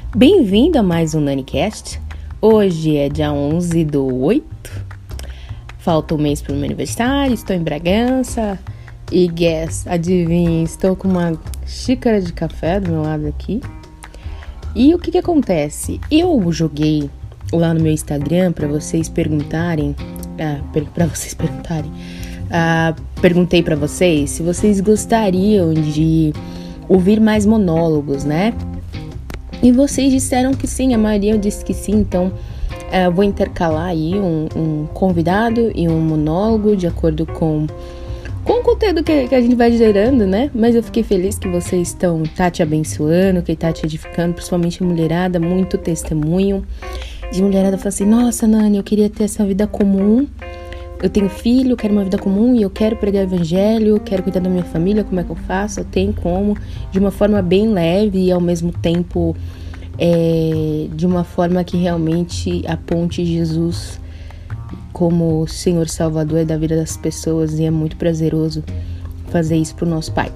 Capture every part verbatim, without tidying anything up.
Bem-vindo a mais um NaniCast. Hoje é dia onze do oito. Falta um mês para o meu aniversário. Estou em Bragança. E guess, adivinha, estou com uma xícara de café do meu lado aqui. E o que que acontece? Eu joguei lá no meu Instagram para vocês perguntarem, ah, per- para vocês perguntarem, ah, perguntei para vocês se vocês gostariam de ouvir mais monólogos, né? E vocês disseram que sim, a maioria disse que sim, então uh, vou intercalar aí um, um convidado e um monólogo de acordo com, com o conteúdo que, que a gente vai gerando, né? Mas eu fiquei feliz que vocês estão tá te abençoando, que tá te edificando, principalmente a mulherada, muito testemunho de mulherada falando assim, nossa, Nani, eu queria ter essa vida comum, eu tenho filho, eu quero uma vida comum e eu quero pregar o evangelho, quero cuidar da minha família, como é que eu faço? Eu tenho como, de uma forma bem leve e ao mesmo tempo é, de uma forma que realmente aponte Jesus como Senhor Salvador da vida das pessoas, e é muito prazeroso fazer isso pro nosso Pai.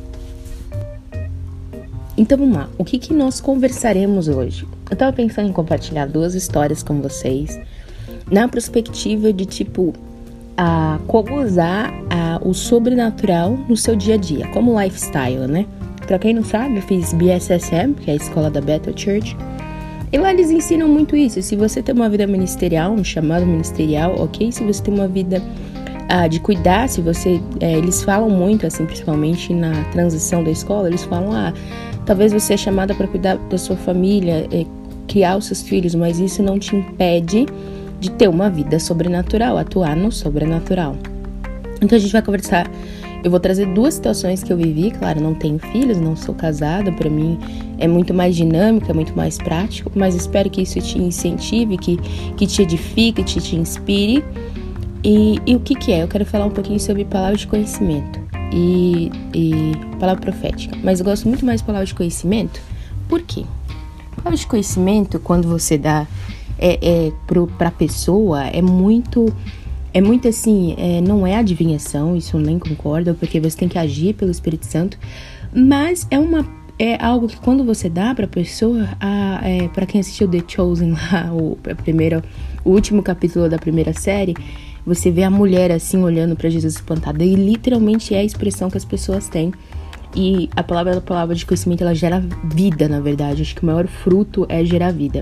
Então vamos lá, o que que nós conversaremos hoje? Eu tava pensando em compartilhar duas histórias com vocês, na perspectiva de tipo, a como usar a, o sobrenatural no seu dia a dia, como lifestyle, né? Pra quem não sabe, eu fiz B S S M, que é a escola da Bethel Church, e lá eles ensinam muito isso. Se você tem uma vida ministerial, um chamado ministerial, ok? Se você tem uma vida ah, de cuidar, se você... É, eles falam muito, assim, principalmente na transição da escola, eles falam, ah, talvez você é chamada para cuidar da sua família, é, criar os seus filhos, mas isso não te impede de ter uma vida sobrenatural, atuar no sobrenatural. Então a gente vai conversar, eu vou trazer duas situações que eu vivi, claro, não tenho filhos, não sou casada, pra mim é muito mais dinâmico, é muito mais prático, mas espero que isso te incentive, que, que te edifique, que te inspire. E, e o que que é? Eu quero falar um pouquinho sobre palavras de conhecimento e, e palavra profética, mas eu gosto muito mais de palavras de conhecimento. Por quê? Palavras de conhecimento, quando você dá É, é, pro, pra pessoa, é muito, é muito assim, é, não é adivinhação, isso eu nem concordo, porque você tem que agir pelo Espírito Santo, mas é uma, é algo que quando você dá pra pessoa, a, é, pra quem assistiu The Chosen lá, o, a primeira, o último capítulo da primeira série, você vê a mulher assim, olhando pra Jesus espantada, e literalmente é a expressão que as pessoas têm, e a palavra, a palavra de conhecimento, ela gera vida, na verdade, acho que o maior fruto é gerar vida.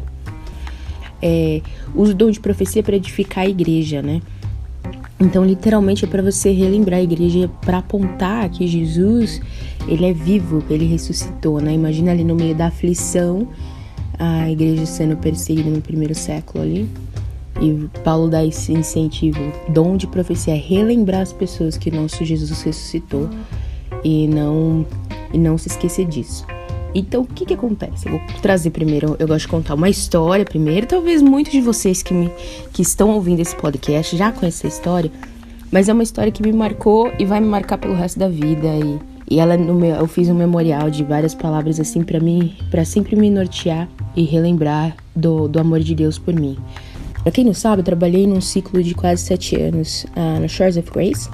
É, uso o dom de profecia para edificar a igreja, né? Então, literalmente, é para você relembrar a igreja, para apontar que Jesus, ele é vivo, ele ressuscitou, né? Imagina ali no meio da aflição, a igreja sendo perseguida no primeiro século ali, e Paulo dá esse incentivo, dom de profecia, é relembrar as pessoas que nosso Jesus ressuscitou e não, e não se esquecer disso. Então, o que que acontece? Eu vou trazer primeiro, eu gosto de contar uma história primeiro. Talvez muitos de vocês que, me, que estão ouvindo esse podcast já conhecem essa história, mas é uma história que me marcou e vai me marcar pelo resto da vida. E, e ela, no meu, eu fiz um memorial de várias palavras assim pra mim, para sempre me nortear e relembrar do, do amor de Deus por mim. Pra quem não sabe, eu trabalhei num ciclo de quase sete anos uh, no Shores of Grace.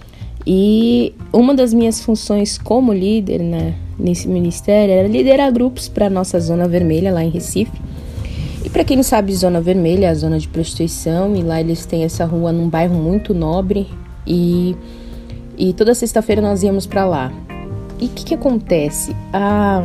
E uma das minhas funções como líder, né, nesse ministério era liderar grupos para nossa Zona Vermelha lá em Recife. E para quem não sabe, Zona Vermelha é a zona de prostituição, e lá eles têm essa rua num bairro muito nobre, e, e toda sexta-feira nós íamos para lá. E o que que acontece? A,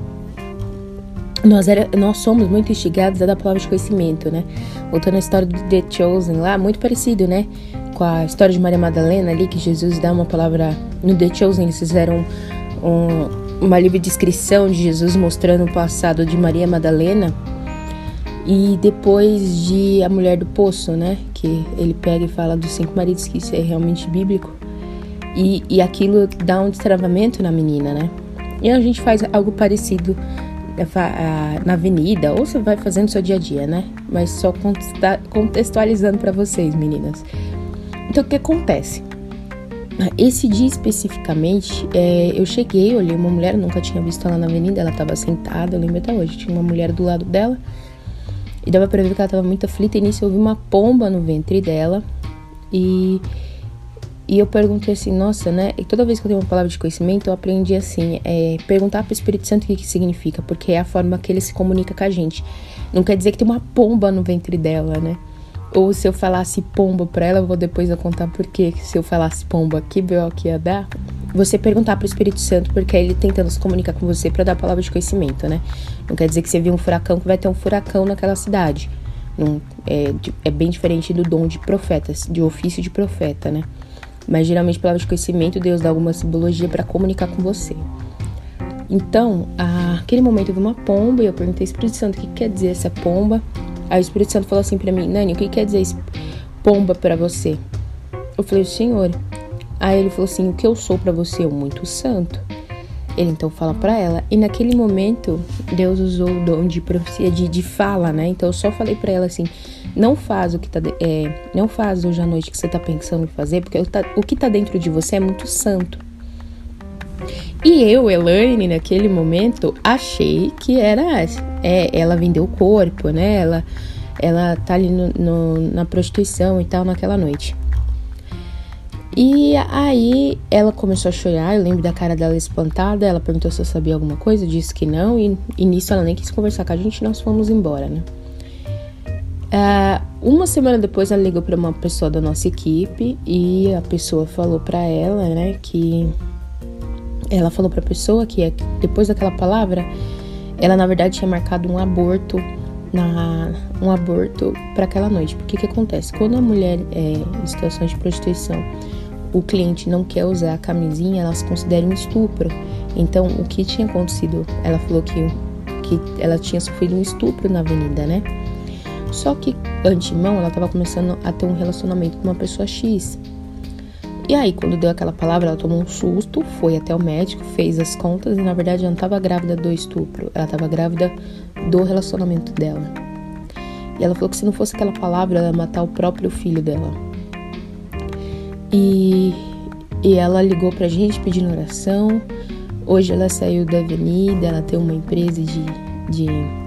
nós, era, nós somos muito instigados a dar palavra de conhecimento, né? Voltando à história do The Chosen lá, muito parecido, né? Com a história de Maria Madalena ali, que Jesus dá uma palavra no The Chosen, eles fizeram um, uma livre descrição de Jesus mostrando o passado de Maria Madalena, e depois de a mulher do poço, né, que ele pega e fala dos cinco maridos, que isso é realmente bíblico, e, e aquilo dá um destravamento na menina, né, e a gente faz algo parecido na avenida, ou você vai fazendo no seu dia a dia, né, mas só contextualizando para vocês, meninas. Então, o que acontece? Esse dia especificamente, é, eu cheguei, olhei uma mulher, nunca tinha visto ela na avenida, ela estava sentada, eu lembro até hoje, tinha uma mulher do lado dela, e dava pra ver que ela estava muito aflita, e nisso eu vi uma pomba no ventre dela, e E eu perguntei assim, nossa, né? E toda vez que eu tenho uma palavra de conhecimento, eu aprendi assim, é, perguntar pro Espírito Santo o que que significa, porque é a forma que ele se comunica com a gente. Não quer dizer que tem uma pomba no ventre dela, né? Ou se eu falasse pomba pra ela, eu vou depois eu contar por quê. Se eu falasse pomba, que B O que ia dar. Você perguntar pro Espírito Santo, porque é ele tentando se comunicar com você pra dar a palavra de conhecimento, né? Não quer dizer que você viu um furacão, que vai ter um furacão naquela cidade. Não, é, é bem diferente do dom de profetas, de ofício de profeta, né? Mas geralmente, palavra de conhecimento, Deus dá alguma simbologia pra comunicar com você. Então, aquele momento eu vi uma pomba e eu perguntei ao Espírito Santo o que quer dizer essa pomba. Aí o Espírito Santo falou assim pra mim, Nani, o que quer dizer esse pomba pra você? Eu falei, Senhor. Aí ele falou assim, o que eu sou pra você é muito santo. Ele então fala pra ela. E naquele momento, Deus usou o dom de profecia, de, de fala, né? Então eu só falei pra ela assim, não faz o que tá, é, não faz hoje à noite que você tá pensando em fazer, porque o, tá, o que tá dentro de você é muito santo. E eu, Elaine, naquele momento, achei que era, é, ela vendeu o corpo, né? Ela, ela tá ali no, no, na prostituição e tal, naquela noite. E aí, ela começou a chorar, eu lembro da cara dela espantada, ela perguntou se eu sabia alguma coisa, eu disse que não, e, e nisso ela nem quis conversar com a gente, nós fomos embora, né? Uh, uma semana depois, ela ligou pra uma pessoa da nossa equipe, e a pessoa falou pra ela, né, que... Ela falou pra pessoa que depois daquela palavra, ela na verdade tinha marcado um aborto, na, um aborto para aquela noite. Porque o que acontece? Quando a mulher é em situações de prostituição, o cliente não quer usar a camisinha, elas consideram um estupro. Então, o que tinha acontecido? Ela falou que, que ela tinha sofrido um estupro na avenida, né? Só que, antemão, ela tava começando a ter um relacionamento com uma pessoa X. E aí, quando deu aquela palavra, ela tomou um susto, foi até o médico, fez as contas e, na verdade, ela não estava grávida do estupro, ela estava grávida do relacionamento dela. E ela falou que se não fosse aquela palavra, ela ia matar o próprio filho dela. E, e ela ligou pra gente pedindo oração. Hoje ela saiu da avenida, ela tem uma empresa de, de,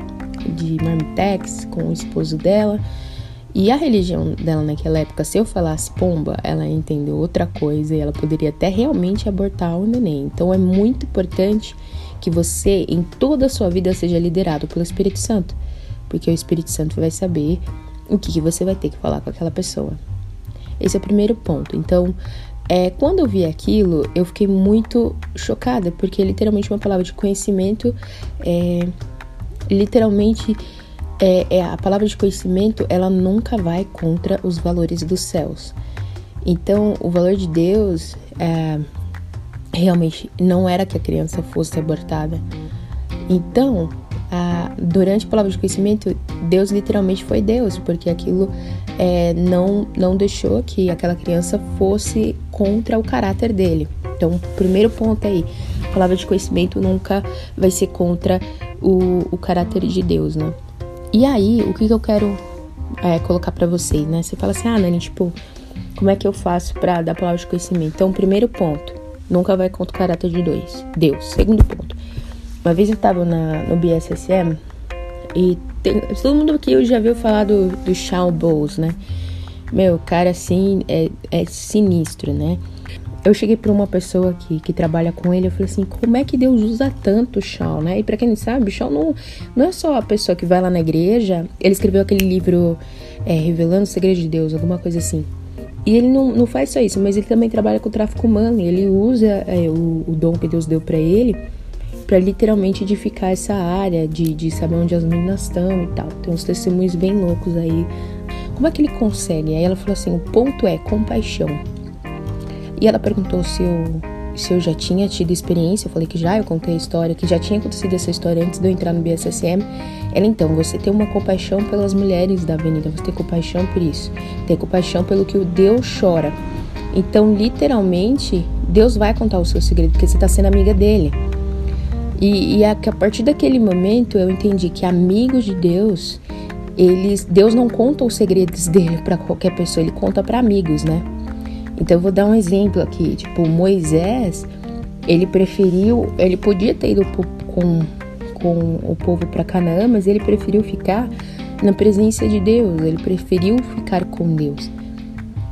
de marmitex com o esposo dela. E a religião dela naquela época, se eu falasse pomba, ela entendeu outra coisa e ela poderia até realmente abortar o neném. Então é muito importante que você, em toda a sua vida, seja liderado pelo Espírito Santo. Porque o Espírito Santo vai saber o que, que você vai ter que falar com aquela pessoa. Esse é o primeiro ponto. Então, é, quando eu vi aquilo, eu fiquei muito chocada, porque literalmente uma palavra de conhecimento é literalmente... É, é, a palavra de conhecimento, ela nunca vai contra os valores dos céus. Então, o valor de Deus é, realmente não era que a criança fosse abortada. Então, a, durante a palavra de conhecimento, Deus literalmente foi Deus, porque aquilo é, não, não deixou que aquela criança fosse contra o caráter dele. Então, o primeiro ponto aí, a palavra de conhecimento nunca vai ser contra o, o caráter de Deus, né? E aí, o que, que eu quero é, colocar pra vocês, né? Você fala assim, ah, Nani, tipo, como é que eu faço pra dar palavra de conhecimento? Então, primeiro ponto, nunca vai contra o caráter de dois, Deus. Segundo ponto, uma vez eu tava na, no B S S M e tem, todo mundo aqui já viu falar do, do Shawn Bowles, né? Meu, cara, assim, é, é sinistro, né? Eu cheguei pra uma pessoa que, que trabalha com ele, eu falei assim, como é que Deus usa tanto o Shawn, né? E pra quem não sabe, o Shawn não, não é só a pessoa que vai lá na igreja, ele escreveu aquele livro é, Revelando o Segredo de Deus, alguma coisa assim. E ele não, não faz só isso, mas ele também trabalha com o tráfico humano, ele usa é, o, o dom que Deus deu pra ele, pra literalmente edificar essa área, de, de saber onde as meninas estão e tal. Tem uns testemunhos bem loucos aí. Como é que ele consegue? Aí ela falou assim, o ponto é compaixão. E ela perguntou se eu, se eu já tinha tido experiência. Eu falei que já, eu contei a história, que já tinha acontecido essa história antes de eu entrar no B S S M. Ela, então, você tem uma compaixão pelas mulheres da avenida, você tem compaixão por isso, tem compaixão pelo que o Deus chora. Então, literalmente, Deus vai contar o seu segredo, porque você está sendo amiga dele. E, e a, a partir daquele momento, eu entendi que amigos de Deus, eles, Deus não conta os segredos dele para qualquer pessoa, ele conta para amigos, né? Então eu vou dar um exemplo aqui, tipo, Moisés, ele preferiu, ele podia ter ido com, com o povo para Canaã, mas ele preferiu ficar na presença de Deus, ele preferiu ficar com Deus.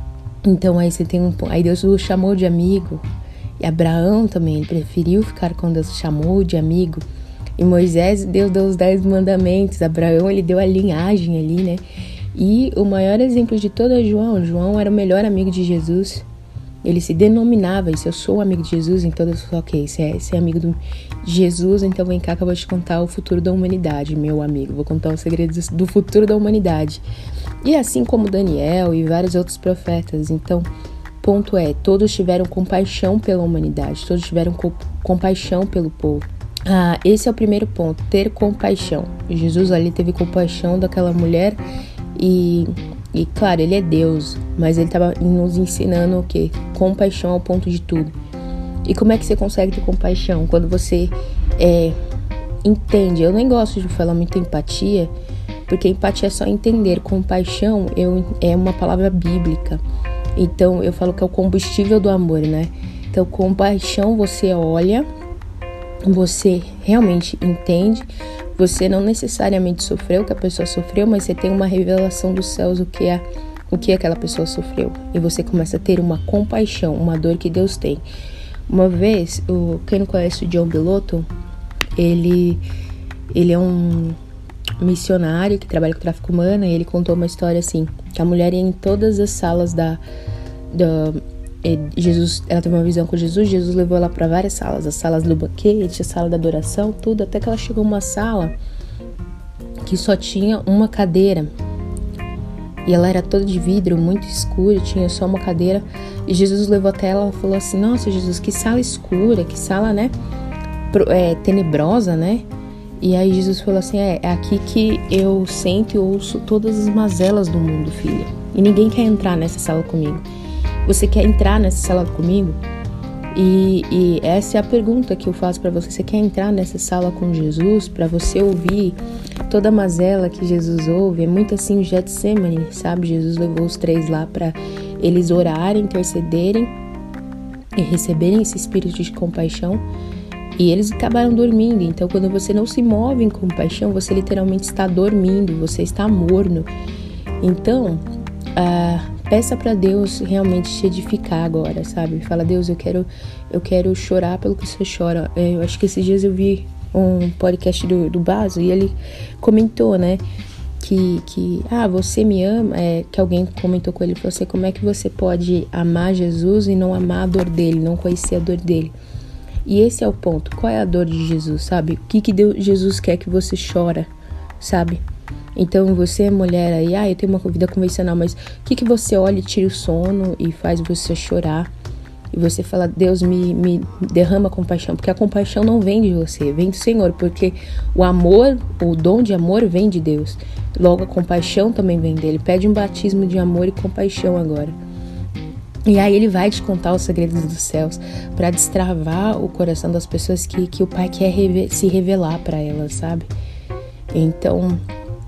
Então aí você tem um... Aí Deus o chamou de amigo. E Abraão também, ele preferiu ficar com Deus, chamou de amigo. E Moisés, Deus deu os dez mandamentos. Abraão, ele deu a linhagem ali, né? E o maior exemplo de todo é João. João era o melhor amigo de Jesus. Ele se denominava, e se eu sou amigo de Jesus, então eu sou ok, se é, se é amigo do, de Jesus, então vem cá que eu vou te contar o futuro da humanidade, meu amigo. Vou contar os segredos do futuro da humanidade. E assim como Daniel e vários outros profetas. Então, ponto é, todos tiveram compaixão pela humanidade, todos tiveram co- compaixão pelo povo. Ah, esse é o primeiro ponto, ter compaixão. Jesus ali teve compaixão daquela mulher e, e claro, ele é Deus, mas ele estava nos ensinando o quê? Compaixão ao ponto de tudo. E como é que você consegue ter compaixão? Quando você é, entende. Eu nem gosto de falar muito empatia, porque empatia é só entender. Compaixão eu, é uma palavra bíblica. Então, eu falo que é o combustível do amor, né? Então, compaixão, você olha, você realmente entende, você não necessariamente sofreu o que a pessoa sofreu, mas você tem uma revelação dos céus o que é, o que aquela pessoa sofreu. E você começa a ter uma compaixão, uma dor que Deus tem. Uma vez, o, quem não conhece o John Bellotto, ele, ele é um missionário que trabalha com tráfico humano, e ele contou uma história assim, que a mulher ia em todas as salas da, da Jesus, ela teve uma visão com Jesus, Jesus levou ela para várias salas, as salas do banquete, a sala da adoração, tudo, até que ela chegou a uma sala que só tinha uma cadeira, e ela era toda de vidro, muito escura, tinha só uma cadeira, e Jesus levou até ela e falou assim, nossa Jesus, que sala escura, que sala, né, é, tenebrosa, né? E aí Jesus falou assim, é, é aqui que eu sento e ouço todas as mazelas do mundo, filha. E ninguém quer entrar nessa sala comigo. Você quer entrar nessa sala comigo? E, e essa é a pergunta que eu faço pra você. Você quer entrar nessa sala com Jesus pra você ouvir toda a mazela que Jesus ouve? É muito assim o Getsemane, sabe? Jesus levou os três lá pra eles orarem, intercederem e receberem esse espírito de compaixão. E eles acabaram dormindo. Então, quando você não se move em compaixão, você literalmente está dormindo, você está morno. Então, ah, peça para Deus realmente te edificar agora, sabe? Fala, Deus, eu quero, eu quero chorar pelo que você chora. Eu acho que esses dias eu vi um podcast do, do Baso e ele comentou, né? Que, que, ah, você me ama, é, que alguém comentou com ele, falou assim, como é que você pode amar Jesus e não amar a dor dele, não conhecer a dor dele? E esse é o ponto. Qual é a dor de Jesus, sabe? O que que Deus, Jesus quer que você chora, sabe? Então, você, mulher aí, ah, eu tenho uma vida convencional, mas o que que você olha e tira o sono e faz você chorar? E você fala, Deus, me, me derrama compaixão. Porque a compaixão não vem de você, vem do Senhor. Porque o amor, o dom de amor vem de Deus. Logo, a compaixão também vem dele. Pede um batismo de amor e compaixão agora. E aí ele vai te contar os segredos dos céus para destravar o coração das pessoas que, que o Pai quer reve- se revelar para elas, sabe? Então,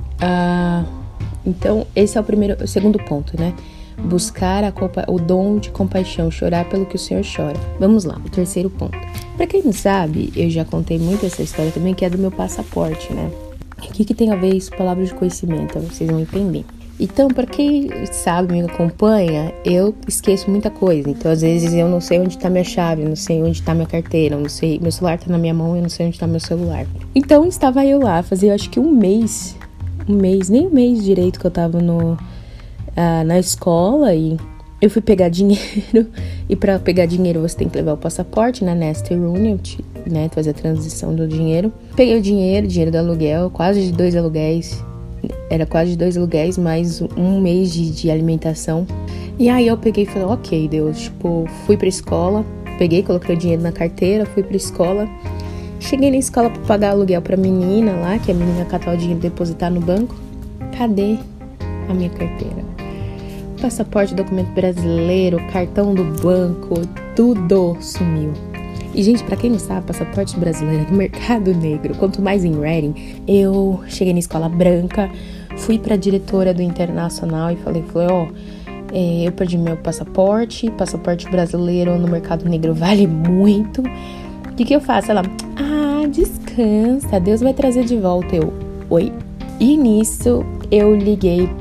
ah, então esse é o primeiro, o segundo ponto, né? Buscar a compa- o dom de compaixão, chorar pelo que o Senhor chora. Vamos lá, o terceiro ponto. Para quem não sabe, eu já contei muito essa história também, que é do meu passaporte, né? O que, que tem a ver isso com palavras de conhecimento? Vocês vão entender. Então, para quem sabe, me acompanha, eu esqueço muita coisa. Então, às vezes, eu não sei onde tá minha chave, não sei onde tá minha carteira, não sei, meu celular tá na minha mão, eu não sei onde tá meu celular. Então, estava eu lá, fazia acho que um mês, um mês, nem um mês direito que eu tava no, ah, na escola e eu fui pegar dinheiro. E para pegar dinheiro, você tem que levar o passaporte na Nestor Union, né, fazer a transição do dinheiro. Peguei o dinheiro, dinheiro do aluguel, quase de dois aluguéis. Era quase dois aluguéis, mais um mês de, de alimentação. E aí eu peguei e falei, ok, Deus, tipo, fui pra escola, peguei, coloquei o dinheiro na carteira, fui pra escola. Cheguei na escola pra pagar aluguel pra menina lá, que a menina catar o dinheiro e depositar no banco. Cadê a minha carteira? Passaporte, documento brasileiro, cartão do banco, tudo sumiu. E, gente, pra quem não sabe, passaporte brasileiro no mercado negro, quanto mais em Reading, eu cheguei na escola branca, fui pra diretora do Internacional e falei, falei, ó, é, eu perdi meu passaporte, passaporte brasileiro no mercado negro vale muito, o que que eu faço? Ela, ah, descansa, Deus vai trazer de volta. Eu, oi? E nisso, eu liguei,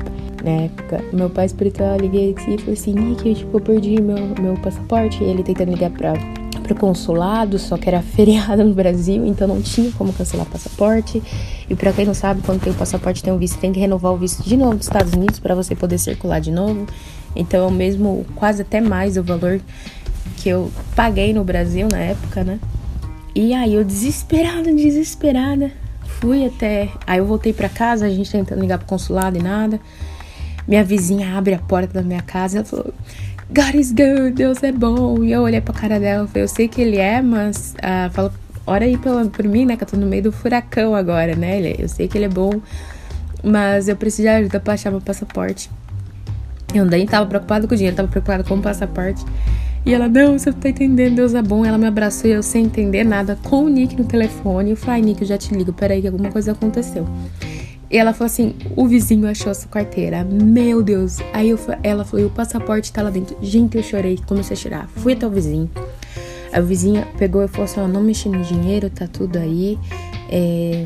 na época. Meu pai espiritual, eu liguei aqui e falei assim, Nick, eu, tipo, eu perdi meu, meu passaporte. E ele tentando ligar pra, pro consulado, só que era feriado no Brasil, então não tinha como cancelar o passaporte. E pra quem não sabe, quando tem o passaporte, tem o visto, tem que renovar o visto de novo dos Estados Unidos pra você poder circular de novo. Então é o mesmo, quase até mais o valor que eu paguei no Brasil na época, né? E aí eu desesperada, desesperada, fui até... Aí eu voltei pra casa, a gente tentando ligar pro consulado e nada. Minha vizinha abre a porta da minha casa e ela falou, God is good, Deus é bom. E eu olhei pra cara dela e falei, eu sei que ele é, mas... Uh, fala, ora aí pela, por mim, né, que eu tô no meio do furacão agora, né? Ele, eu sei que ele é bom, mas eu preciso de ajuda pra achar meu passaporte. Eu nem tava preocupada com o dinheiro, tava preocupada com o passaporte. E ela, não, você não tá entendendo, Deus é bom. Ela me abraçou e eu sem entender nada, com o Nick no telefone. Eu falei, Nick, eu já te ligo, peraí que alguma coisa aconteceu. E ela falou assim, o vizinho achou a sua carteira. Meu Deus. Aí eu, ela falou, o passaporte tá lá dentro. Gente, eu chorei, comecei a chorar. Fui até o vizinho. Aí o vizinho pegou e falou assim, ó, não mexi no dinheiro, tá tudo aí. É...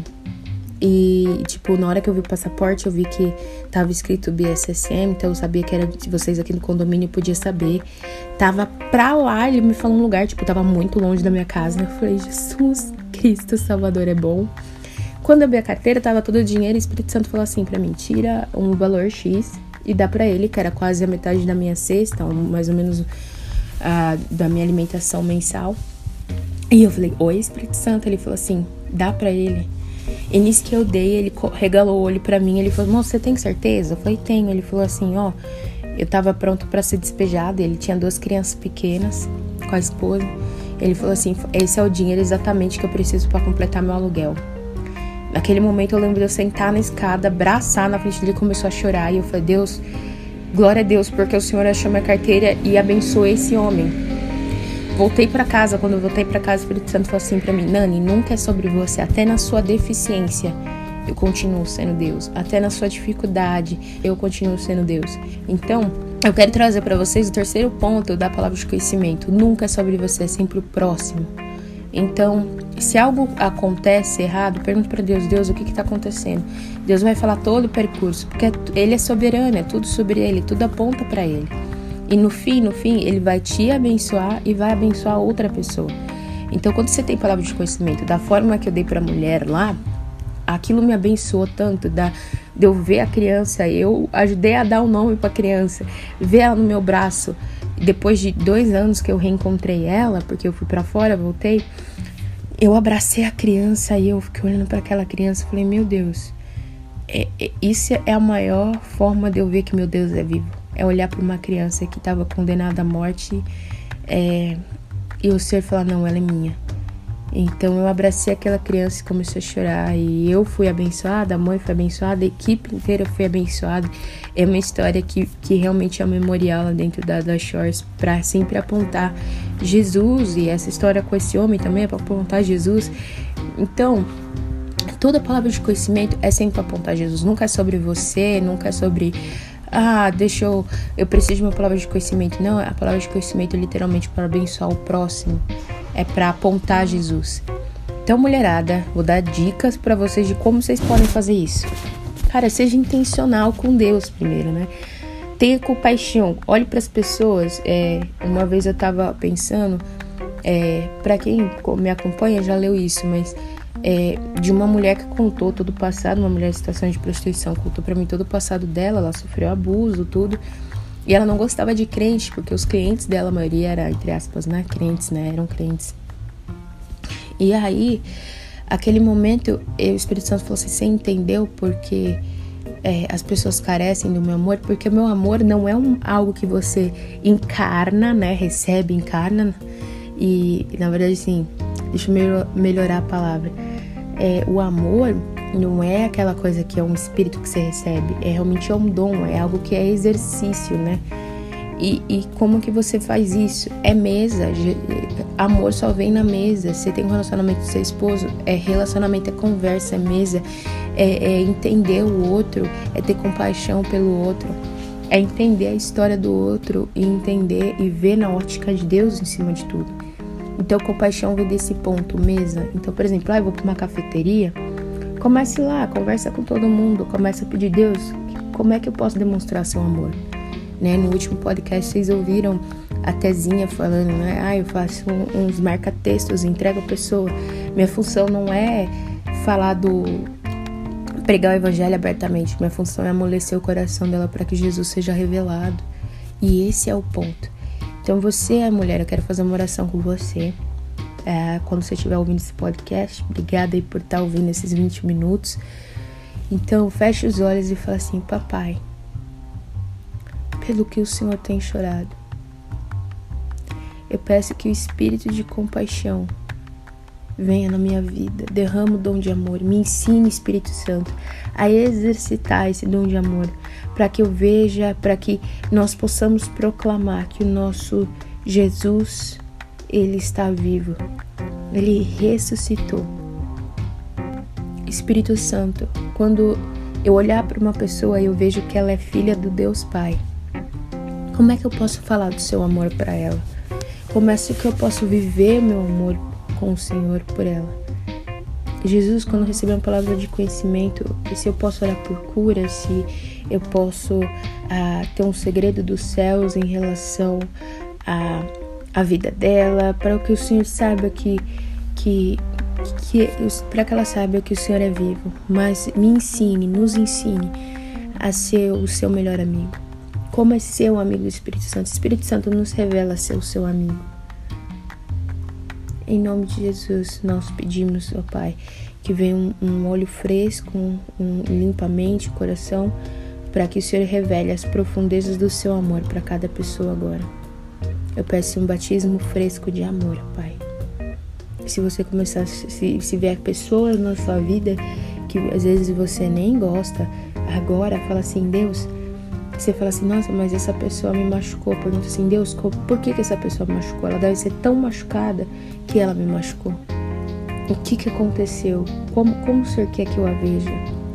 E, tipo, na hora que eu vi o passaporte, eu vi que tava escrito B S S M, então eu sabia que era de vocês aqui no condomínio, podia saber. Tava pra lá, ele me falou um lugar, tipo, tava muito longe da minha casa. Eu falei, Jesus Cristo Salvador é bom. Quando eu vi a carteira, tava todo o dinheiro, e o Espírito Santo falou assim pra mim, tira um valor X e dá pra ele, que era quase a metade da minha cesta, mais ou menos a, da minha alimentação mensal. E eu falei, oi, Espírito Santo. Ele falou assim, dá pra ele. E nisso que eu dei, ele regalou o olho pra mim. Ele falou, moço, você tem certeza? Eu falei, tenho. Ele falou assim, ó, eu tava pronto pra ser despejado. Ele tinha duas crianças pequenas com a esposa. Ele falou assim, esse é o dinheiro exatamente que eu preciso pra completar meu aluguel. Naquele momento eu lembro de eu sentar na escada, abraçar na frente dele, começou a chorar. E eu falei, Deus, glória a Deus, porque o Senhor achou minha carteira e abençoou esse homem. Voltei pra casa, quando eu voltei pra casa, o Espírito Santo falou assim pra mim, Nani, nunca é sobre você, até na sua deficiência eu continuo sendo Deus, até na sua dificuldade eu continuo sendo Deus. Então, eu quero trazer pra vocês o terceiro ponto da palavra de conhecimento, nunca é sobre você, é sempre o próximo. Então, se algo acontece errado, pergunte pra Deus, Deus, o que que tá acontecendo? Deus vai falar todo o percurso, porque Ele é soberano, é tudo sobre Ele, tudo aponta pra Ele. E no fim, no fim, Ele vai te abençoar e vai abençoar outra pessoa. Então, quando você tem palavra de conhecimento, da forma que eu dei pra mulher lá, aquilo me abençoou tanto, da, de eu ver a criança, eu ajudei a dar o um nome pra criança, ver ela no meu braço. Depois de dois anos que eu reencontrei ela, porque eu fui pra fora, voltei, eu abracei a criança e eu fiquei olhando pra aquela criança e falei, meu Deus, é, é, isso é a maior forma de eu ver que meu Deus é vivo. É olhar para uma criança que estava condenada à morte é, e o Senhor falar, não, ela é minha. Então eu abracei aquela criança e comecei a chorar. E eu fui abençoada, a mãe foi abençoada, a equipe inteira foi abençoada. É uma história que, que realmente é um memorial lá dentro da, da Shores para sempre apontar Jesus. E essa história com esse homem também é para apontar Jesus. Então, toda palavra de conhecimento é sempre para apontar Jesus. Nunca é sobre você, nunca é sobre... Ah, deixa eu... Eu preciso de uma palavra de conhecimento. Não, a palavra de conhecimento é literalmente para abençoar o próximo. É para apontar Jesus. Então, mulherada, vou dar dicas para vocês de como vocês podem fazer isso. Cara, seja intencional com Deus primeiro, né? Tenha compaixão. Olhe para as pessoas. É, uma vez eu tava pensando... É, para quem me acompanha já leu isso, mas... É, de uma mulher que contou todo o passado, uma mulher em situação de prostituição, contou pra mim todo o passado dela, ela sofreu abuso, tudo, e ela não gostava de crente, porque os clientes dela, a maioria era, entre aspas, né, crentes, né, eram crentes. E aí, aquele momento, o Espírito Santo falou assim, você entendeu porque é, as pessoas carecem do meu amor? Porque o meu amor não é um, algo que você encarna, né, recebe, encarna, e, na verdade, assim, deixa eu melhorar a palavra. É, o amor não é aquela coisa que é um espírito que você recebe, é realmente é um dom, é algo que é exercício, né? E, e como que você faz isso? É mesa, amor só vem na mesa. Você tem um relacionamento com seu esposo, é relacionamento, é conversa, é mesa, é, é entender o outro, é ter compaixão pelo outro, é entender a história do outro e entender e ver na ótica de Deus em cima de tudo. Então, compaixão vem desse ponto, mesa. Então, por exemplo, ah, eu vou para uma cafeteria, comece lá, conversa com todo mundo, começa a pedir, Deus, como é que eu posso demonstrar seu amor? Né? No último podcast vocês ouviram a Tezinha falando, né? Ah, eu faço uns marca-textos, entrego a pessoa. Minha função não é falar do... pregar o evangelho abertamente. Minha função é amolecer o coração dela para que Jesus seja revelado. E esse é o ponto. Então você, mulher, eu quero fazer uma oração com você. É, quando você estiver ouvindo esse podcast, obrigada aí por estar ouvindo esses vinte minutos. Então, feche os olhos e fala assim: papai, pelo que o Senhor tem chorado, eu peço que o espírito de compaixão venha na minha vida, derrama o dom de amor, me ensine, Espírito Santo, a exercitar esse dom de amor, para que eu veja, para que nós possamos proclamar que o nosso Jesus, Ele está vivo, Ele ressuscitou. Espírito Santo, quando eu olhar para uma pessoa e eu vejo que ela é filha do Deus Pai, como é que eu posso falar do seu amor para ela? Como é que eu posso viver meu amor com o Senhor por ela? Jesus, quando recebeu uma palavra de conhecimento, se eu posso orar por cura, se eu posso ah, ter um segredo dos céus em relação à, à vida dela, para que o Senhor saiba que, que, que para que ela saiba que o Senhor é vivo, mas me ensine, nos ensine a ser o seu melhor amigo. Como é ser um amigo do Espírito Santo? O Espírito Santo nos revela ser o seu amigo. Em nome de Jesus, nós pedimos, ó Pai, que venha um, um olho fresco, um, um limpa a mente, o coração, para que o Senhor revele as profundezas do seu amor para cada pessoa agora. Eu peço um batismo fresco de amor, Pai. Se você começar, se, se vier pessoas na sua vida que às vezes você nem gosta, agora fala assim: Deus, você fala assim: nossa, mas essa pessoa me machucou. Pergunta assim: Deus, por que que essa pessoa me machucou? Ela deve ser tão machucada que ela me machucou. O que que aconteceu? Como, como o Senhor quer que eu a veja?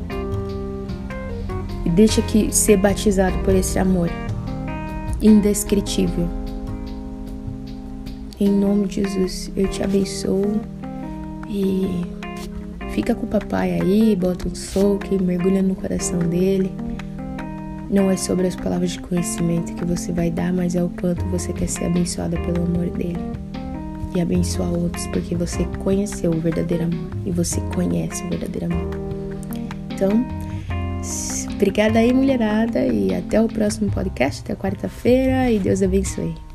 E deixa que ser batizado por esse amor indescritível. Em nome de Jesus, eu te abençoo. E fica com o papai aí, bota um soco e mergulha no coração dele. Não é sobre as palavras de conhecimento que você vai dar, mas é o quanto você quer ser abençoada pelo amor dele. E abençoar outros, porque você conheceu o verdadeiro amor. E você conhece o verdadeiro amor. Então, obrigada aí, mulherada. E até o próximo podcast, até quarta-feira. E Deus abençoe.